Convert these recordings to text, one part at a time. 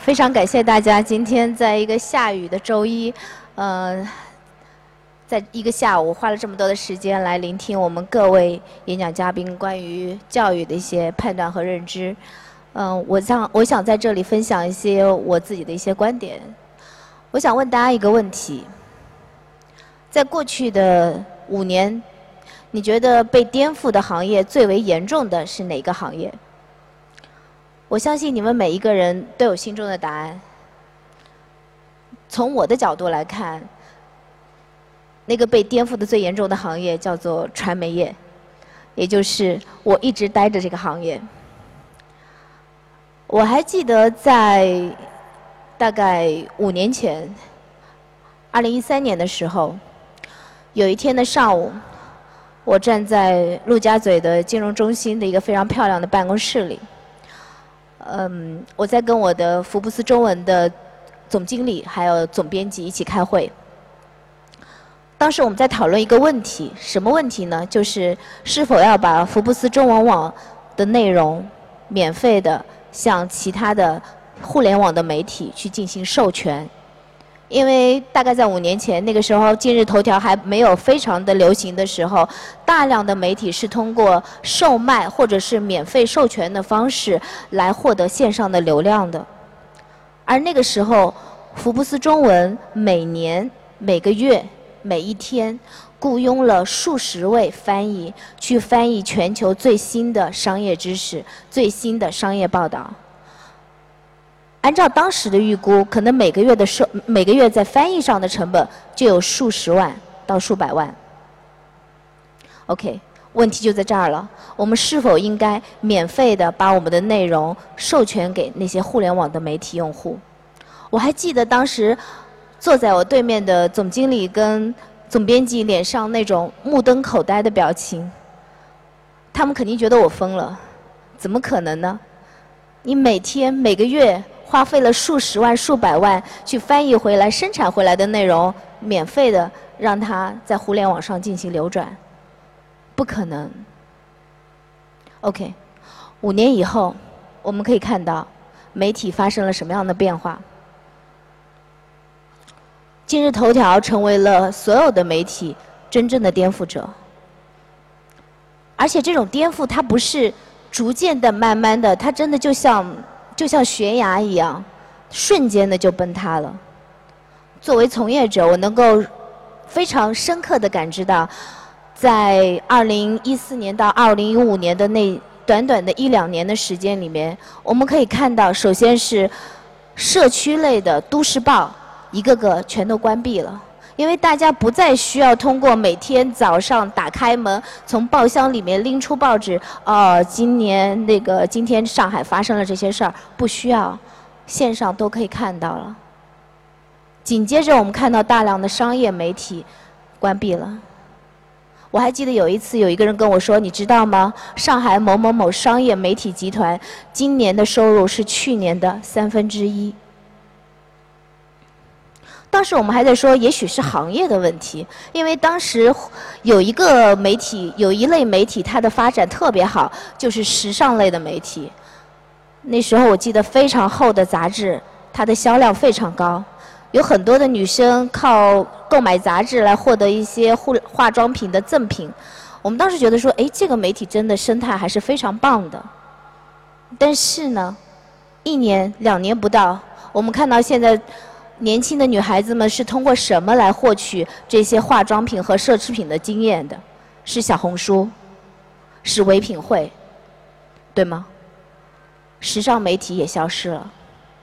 非常感谢大家今天在一个下雨的周一，在一个下午花了这么多的时间来聆听我们各位演讲嘉宾关于教育的一些判断和认知。我想在这里分享一些我自己的一些观点。我想问大家一个问题：在过去的5年，你觉得被颠覆的行业最为严重的是哪个行业？我相信你们每一个人都有心中的答案。从我的角度来看，那个被颠覆的最严重的行业叫做传媒业，也就是我一直待着这个行业。我还记得在大概5年前，2013年的时候，有一天的上午，我站在陆家嘴的金融中心的一个非常漂亮的办公室里。我在跟我的福布斯中文的总经理还有总编辑一起开会。当时我们在讨论一个问题，什么问题呢？就是是否要把福布斯中文网的内容免费的向其他的互联网的媒体去进行授权。因为大概在5年前，那个时候今日头条还没有非常的流行的时候，大量的媒体是通过售卖或者是免费授权的方式来获得线上的流量的。而那个时候，福布斯中文每年、每个月、每一天雇佣了数十位翻译，去翻译全球最新的商业知识、最新的商业报道。按照当时的预估，可能每个月在翻译上的成本就有数十万到数百万。OK， 问题就在这儿了，我们是否应该免费的把我们的内容授权给那些互联网的媒体用户？我还记得当时坐在我对面的总经理跟总编辑脸上那种目瞪口呆的表情，他们肯定觉得我疯了，怎么可能呢？你每天每个月花费了数十万、数百万去翻译回来、生产回来的内容，免费的让它在互联网上进行流转，不可能。OK， 5年以后，我们可以看到媒体发生了什么样的变化。今日头条成为了所有的媒体真正的颠覆者，而且这种颠覆它不是逐渐的、慢慢的，它真的就像悬崖一样，瞬间的就崩塌了。作为从业者，我能够非常深刻的感知到，在2014年到2015年的那短短的1、2年的时间里面，我们可以看到，首先是社区类的都市报一个个全都关闭了。因为大家不再需要通过每天早上打开门，从报箱里面拎出报纸，今天上海发生了这些事儿，不需要，线上都可以看到了。紧接着我们看到大量的商业媒体关闭了。我还记得有一次有一个人跟我说，你知道吗？上海某某某商业媒体集团今年的收入是去年的1/3。当时我们还在说，也许是行业的问题，因为当时有一类媒体，它的发展特别好，就是时尚类的媒体。那时候我记得非常厚的杂志，它的销量非常高，有很多的女生靠购买杂志来获得一些化妆品的赠品。我们当时觉得说，哎，这个媒体真的生态还是非常棒的。但是呢，1年、2年不到，我们看到现在年轻的女孩子们是通过什么来获取这些化妆品和奢侈品的经验的？是小红书，是唯品会，对吗？时尚媒体也消失了。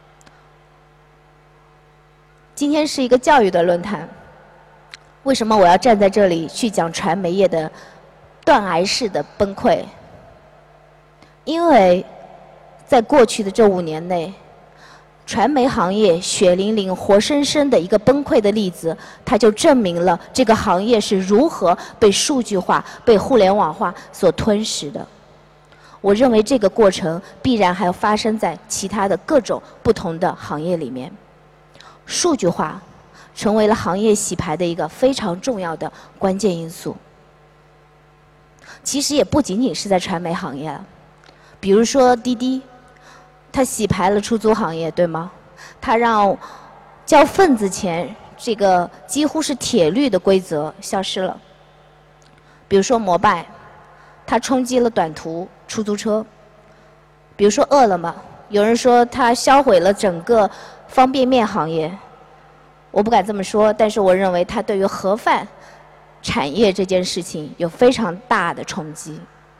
今天是一个教育的论坛，为什么我要站在这里去讲传媒业的断崖式的崩溃？因为在过去的这5年内，传媒行业血淋淋、活生生的一个崩溃的例子，它就证明了这个行业是如何被数据化、被互联网化所吞噬的。我认为这个过程必然还要发生在其他的各种不同的行业里面。数据化成为了行业洗牌的一个非常重要的关键因素。其实也不仅仅是在传媒行业了，比如说滴滴，它洗牌了出租行业，对吗？ 它让交份子钱这个几乎是铁律的规则消失了。比如说摩拜，它冲击了短途出租车；比如说饿了么，有人说它销毁了整个方便面行业。我不敢这么说，但是我认为它对于盒饭产业这件事情有非常大的冲击。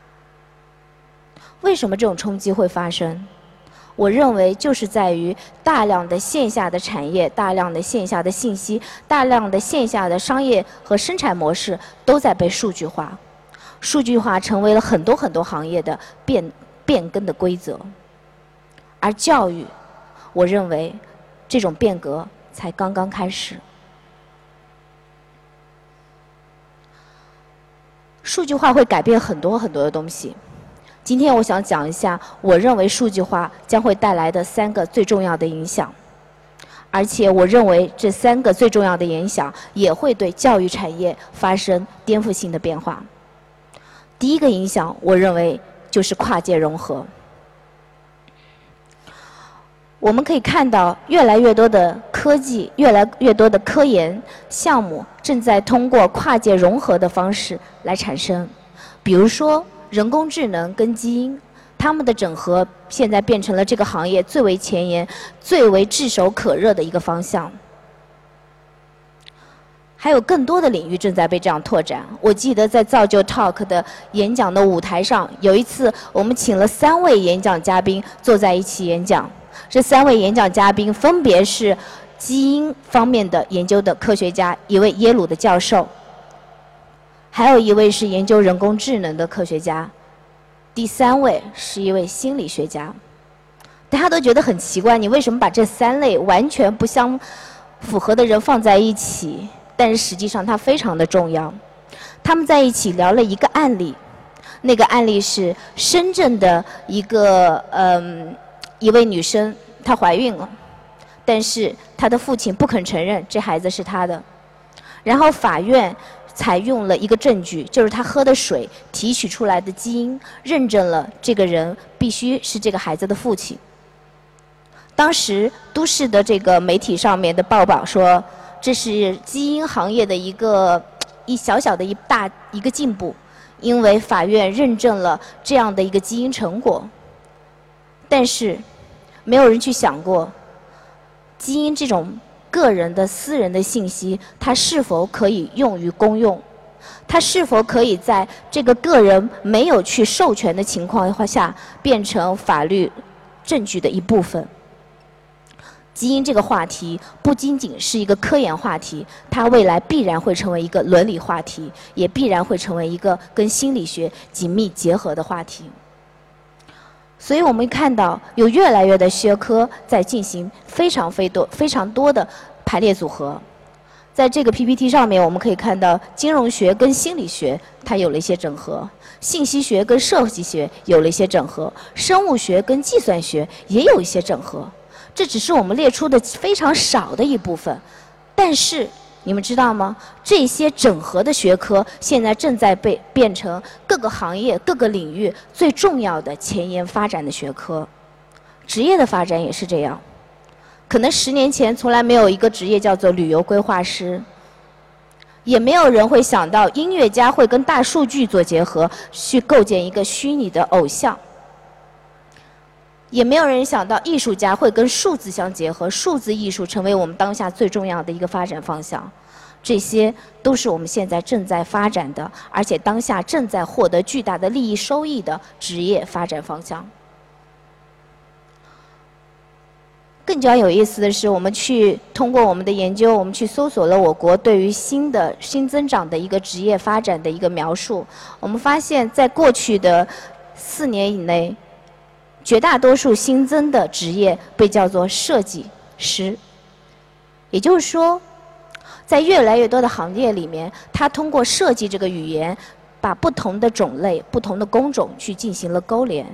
为什么这种冲击会发生？我认为就是在于大量的线下的产业、大量的线下的信息、大量的线下的商业和生产模式都在被数据化，数据化成为了很多很多行业的变更的规则。而教育，我认为这种变革才刚刚开始。数据化会改变很多很多的东西。今天我想讲一下，我认为数据化将会带来的3个最重要的影响，而且我认为这3个最重要的影响也会对教育产业发生颠覆性的变化。第一个影响，我认为就是跨界融合。我们可以看到，越来越多的科技、越来越多的科研项目正在通过跨界融合的方式来产生。比如说，人工智能跟基因，它们的整合现在变成了这个行业最为前沿、最为炙手可热的一个方向。还有更多的领域正在被这样拓展。我记得在造就 Talk 的演讲的舞台上，有一次我们请了3位演讲嘉宾坐在一起演讲。这3位演讲嘉宾分别是基因方面的研究的科学家，一位耶鲁的教授，还有一位是研究人工智能的科学家，第3位是一位心理学家。大家都觉得很奇怪，你为什么把这3类完全不相符合的人放在一起？但是实际上它非常的重要。他们在一起聊了一个案例，那个案例是深圳的一位女生，她怀孕了，但是她的父亲不肯承认这孩子是她的。然后法院采用了一个证据，就是她喝的水提取出来的基因，认证了这个人必须是这个孩子的父亲。当时都市的这个媒体上面的报道说，这是基因行业的一小小的一个进步，因为法院认证了这样的一个基因成果。但是没有人去想过，基因这种个人的私人的信息，它是否可以用于公用？它是否可以在这个个人没有去授权的情况下，变成法律证据的一部分？基因这个话题不仅仅是一个科研话题，它未来必然会成为一个伦理话题，也必然会成为一个跟心理学紧密结合的话题。所以我们看到有越来越的学科在进行非常多的排列组合。在这个 PPT 上面，我们可以看到金融学跟心理学它有了一些整合，信息学跟设计学有了一些整合，生物学跟计算学也有一些整合。这只是我们列出的非常少的一部分，但是你们知道吗？这些整合的学科现在正在变成各个行业、各个领域最重要的前沿发展的学科。职业的发展也是这样。可能10年前从来没有一个职业叫做旅游规划师，也没有人会想到音乐家会跟大数据做结合，去构建一个虚拟的偶像。也没有人想到艺术家会跟数字相结合，数字艺术成为我们当下最重要的一个发展方向。这些都是我们现在正在发展的，而且当下正在获得巨大的利益收益的职业发展方向。更加有意思的是，我们通过我们的研究，我们去搜索了我国对于新增长的一个职业发展的一个描述。我们发现，在过去的4年以内，绝大多数新增的职业被叫做设计师，也就是说，在越来越多的行业里面，它通过设计这个语言，把不同的种类、不同的工种去进行了勾连。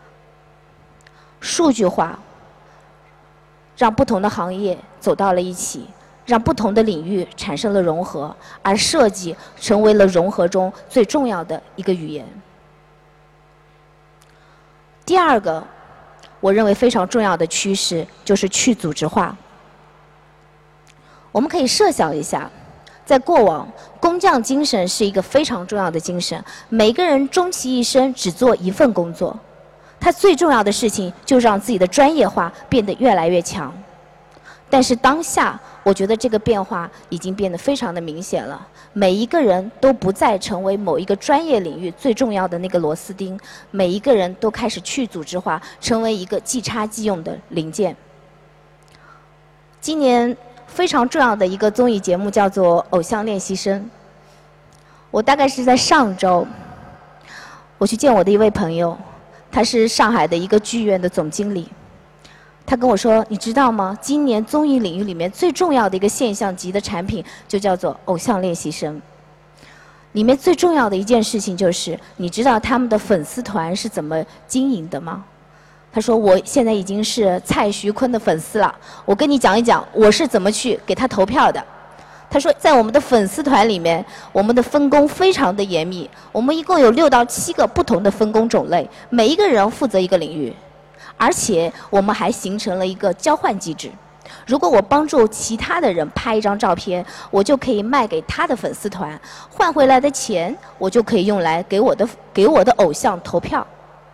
数据化让不同的行业走到了一起，让不同的领域产生了融合，而设计成为了融合中最重要的一个语言。第二个， 我认为非常重要的趋势就是去组织化。我们可以设想一下，在过往，工匠精神是一个非常重要的精神，每个人终其一生只做一份工作，他最重要的事情就是让自己的专业化变得越来越强。但是当下，我觉得这个变化已经变得非常的明显了。每一个人都不再成为某一个专业领域最重要的那个螺丝钉，每一个人都开始去组织化，成为一个即插即用的零件。今年非常重要的一个综艺节目叫做《偶像练习生》。我大概是在上周，我去见我的一位朋友，他是上海的一个剧院的总经理。他跟我说：“你知道吗？今年综艺领域里面最重要的一个现象级的产品，就叫做偶像练习生。里面最重要的一件事情就是，你知道他们的粉丝团是怎么经营的吗？”他说：“我现在已经是蔡徐坤的粉丝了，我跟你讲一讲我是怎么去给他投票的。”他说：“在我们的粉丝团里面，我们的分工非常的严密，我们一共有6到7个不同的分工种类，每一个人负责一个领域。而且我们还形成了一个交换机制，如果我帮助其他的人拍一张照片，我就可以卖给他的粉丝团，换回来的钱我就可以用来给我的偶像投票。”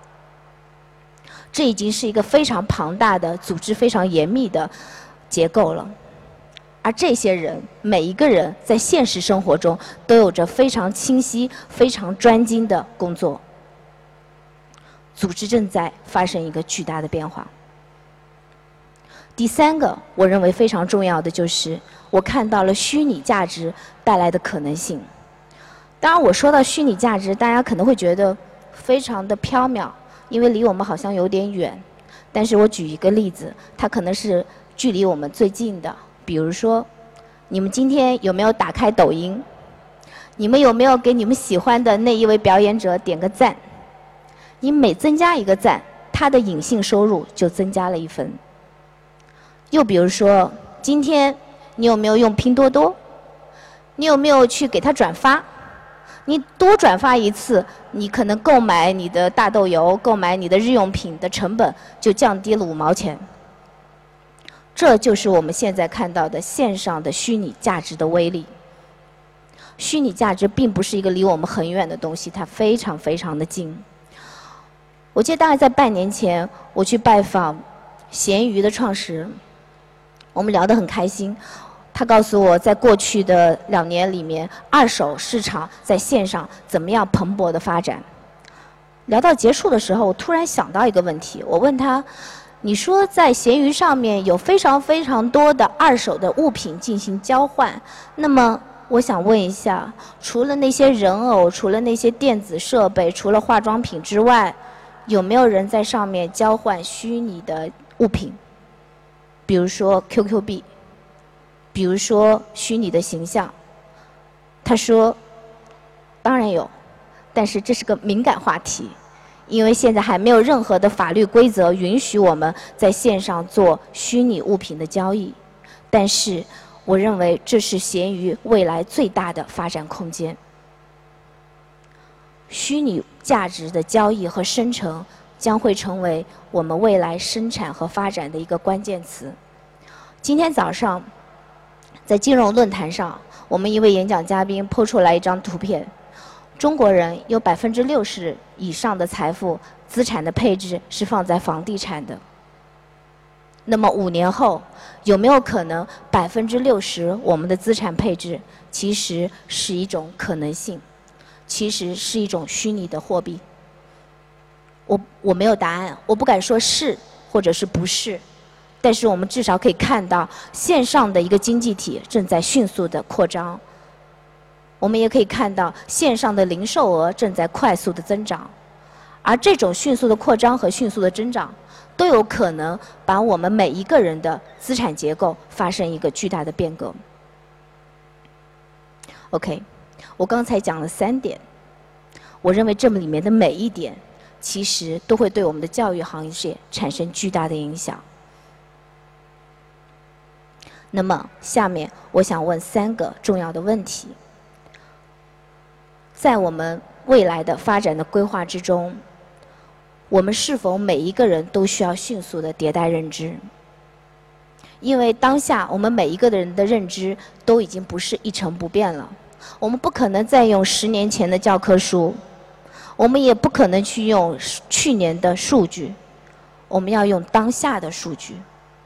这已经是一个非常庞大的组织、非常严密的结构了。而这些人，每一个人在现实生活中都有着非常清晰、非常专精的工作。组织正在发生一个巨大的变化。第3个，我认为非常重要的就是，我看到了虚拟价值带来的可能性。当然，我说到虚拟价值，大家可能会觉得非常的缥缈，因为离我们好像有点远。但是我举一个例子，它可能是距离我们最近的。比如说，你们今天有没有打开抖音？你们有没有给你们喜欢的那一位表演者点个赞？你每增加一个赞，他的隐性收入就增加了1分。又比如说，今天你有没有用拼多多？你有没有去给他转发？你多转发1次，你可能购买你的大豆油、购买你的日用品的成本就降低了5毛钱。这就是我们现在看到的线上的虚拟价值的威力。虚拟价值并不是一个离我们很远的东西，它非常非常的近。我记得大概在半年前，我去拜访闲鱼的创始人，我们聊得很开心。他告诉我，在过去的2年里面，二手市场在线上怎么样蓬勃的发展。聊到结束的时候，我突然想到一个问题，我问他：“你说在闲鱼上面有非常非常多的二手的物品进行交换，那么我想问一下，除了那些人偶，除了那些电子设备，除了化妆品之外，有没有人在上面交换虚拟的物品？比如说 QQ 币，比如说虚拟的形象？”他说：“当然有，但是这是个敏感话题，因为现在还没有任何的法律规则允许我们在线上做虚拟物品的交易。但是我认为这是闲鱼未来最大的发展空间。虚拟价值的交易和生成将会成为我们未来生产和发展的一个关键词。”今天早上，在金融论坛上，我们一位演讲嘉宾抛出来一张图片，中国人有60%以上的财富资产的配置是放在房地产的。那么5年后，有没有可能60%我们的资产配置其实是一种可能性，其实是一种虚拟的货币？我没有答案，我不敢说是或者是不是，但是我们至少可以看到线上的一个经济体正在迅速的扩张，我们也可以看到线上的零售额正在快速的增长，而这种迅速的扩张和迅速的增长都有可能把我们每一个人的资产结构发生一个巨大的变革。OK， 我刚才讲了3点，我认为这么里面的每一点其实都会对我们的教育行业产生巨大的影响。那么下面我想问3个重要的问题。在我们未来的发展的规划之中， 我们是否每一个人都需要迅速的迭代认知？因为当下我们每一个人的认知都已经不是一成不变了，我们不可能再用10年前的教科书，我们也不可能去用去年的数据，我们要用当下的数据。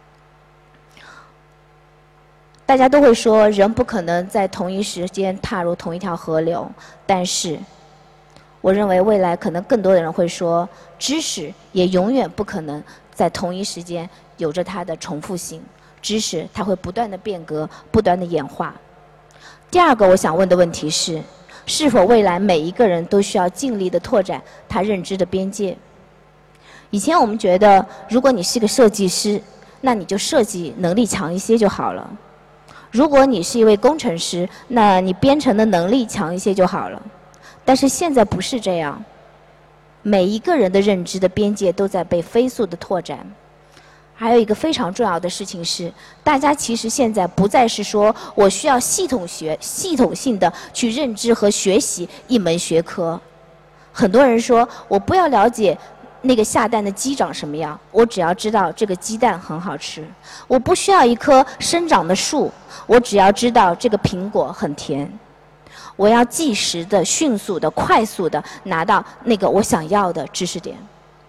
大家都会说人不可能在同一时间踏入同一条河流，但是我认为未来可能更多的人会说，知识也永远不可能在同一时间有着它的重复性，知识它会不断的变革，不断的演化。第二个我想问的问题是，是否未来每一个人都需要尽力的拓展他认知的边界？以前我们觉得，如果你是个设计师，那你就设计能力强一些就好了；如果你是一位工程师，那你编程的能力强一些就好了。但是现在不是这样，每一个人的认知的边界都在被飞速的拓展。还有一个非常重要的事情是，大家其实现在不再是说我需要系统性的去认知和学习一门学科。很多人说我不要了解那个下蛋的鸡长什么样，我只要知道这个鸡蛋很好吃。我不需要一棵生长的树，我只要知道这个苹果很甜。我要即时的、迅速的、快速的拿到那个我想要的知识点。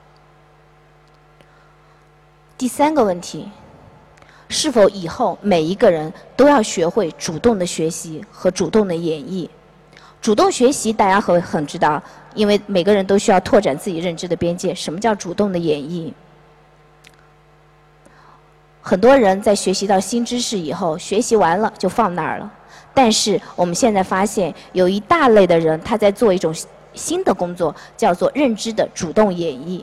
第三个问题，是否以后每一个人都要学会主动的学习和主动的演绎？主动学习大家很知道，因为每个人都需要拓展自己认知的边界。什么叫主动的演绎？很多人在学习到新知识以后，学习完了就放那儿了。但是我们现在发现，有一大类的人，他在做一种新的工作，叫做认知的主动演绎。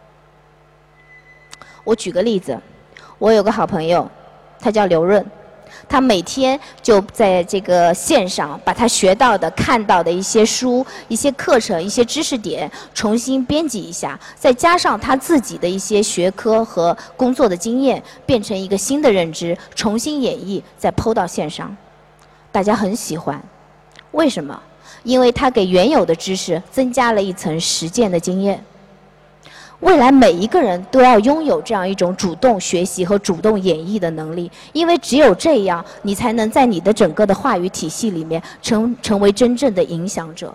我举个例子，我有个好朋友，他叫刘润，他每天就在这个线上把他学到的、看到的一些书、一些课程、一些知识点重新编辑一下，再加上他自己的一些学科和工作的经验，变成一个新的认知，重新演绎，再抛到线上。大家很喜欢，为什么？因为他给原有的知识增加了一层实践的经验。未来每一个人都要拥有这样一种主动学习和主动演绎的能力，因为只有这样，你才能在你的整个的话语体系里面成为真正的影响者。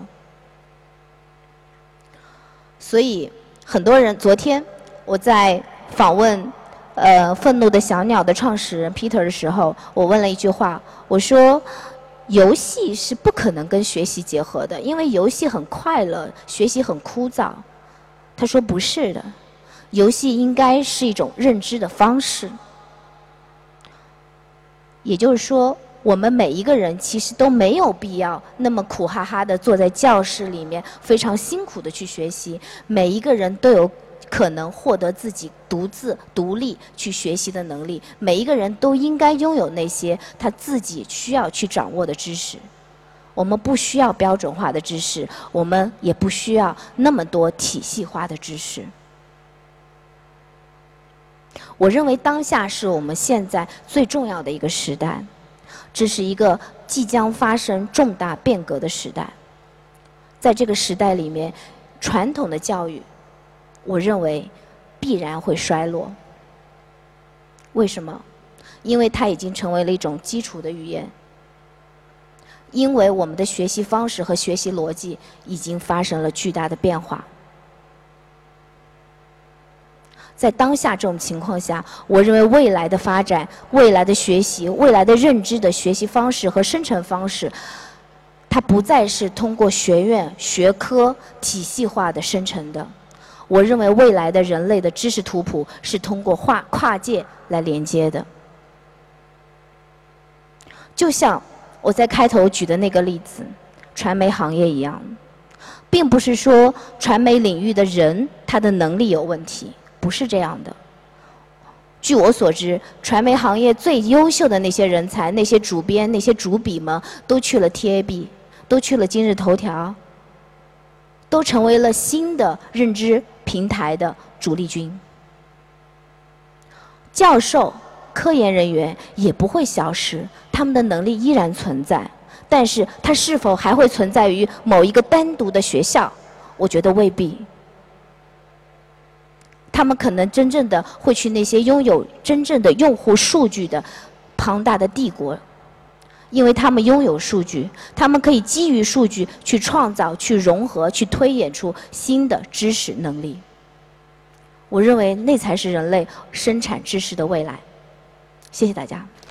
所以，很多人，昨天我在访问愤怒的小鸟的创始人 Peter 的时候，我问了一句话，我说游戏是不可能跟学习结合的，因为游戏很快乐，学习很枯燥。他说不是的，游戏应该是一种认知的方式。也就是说，我们每一个人其实都没有必要那么苦哈哈的坐在教室里面非常辛苦的去学习，每一个人都有可能获得自己独立去学习的能力，每一个人都应该拥有那些他自己需要去掌握的知识。我们不需要标准化的知识，我们也不需要那么多体系化的知识。我认为当下是我们现在最重要的一个时代，这是一个即将发生重大变革的时代。在这个时代里面，传统的教育，我认为必然会衰落。为什么？因为它已经成为了一种基础的语言。因为我们的学习方式和学习逻辑已经发生了巨大的变化。在当下这种情况下，我认为未来的发展、未来的学习、未来的认知的学习方式和生成方式，它不再是通过学院、学科体系化的生成的。我认为未来的人类的知识图谱是通过跨界来连接的。就像我在开头举的那个例子，传媒行业一样，并不是说传媒领域的人他的能力有问题，不是这样的。据我所知，传媒行业最优秀的那些人才、那些主编、那些主笔们，都去了 TAB， 都去了今日头条，都成为了新的认知平台的主力军。教授、科研人员也不会消失，他们的能力依然存在，但是它是否还会存在于某一个单独的学校？我觉得未必。 他们可能真正的会去那些拥有真正的用户数据的庞大的帝国，因为他们拥有数据，他们可以基于数据去创造、去融合、去推演出新的知识能力。我认为那才是人类生产知识的未来。谢谢大家。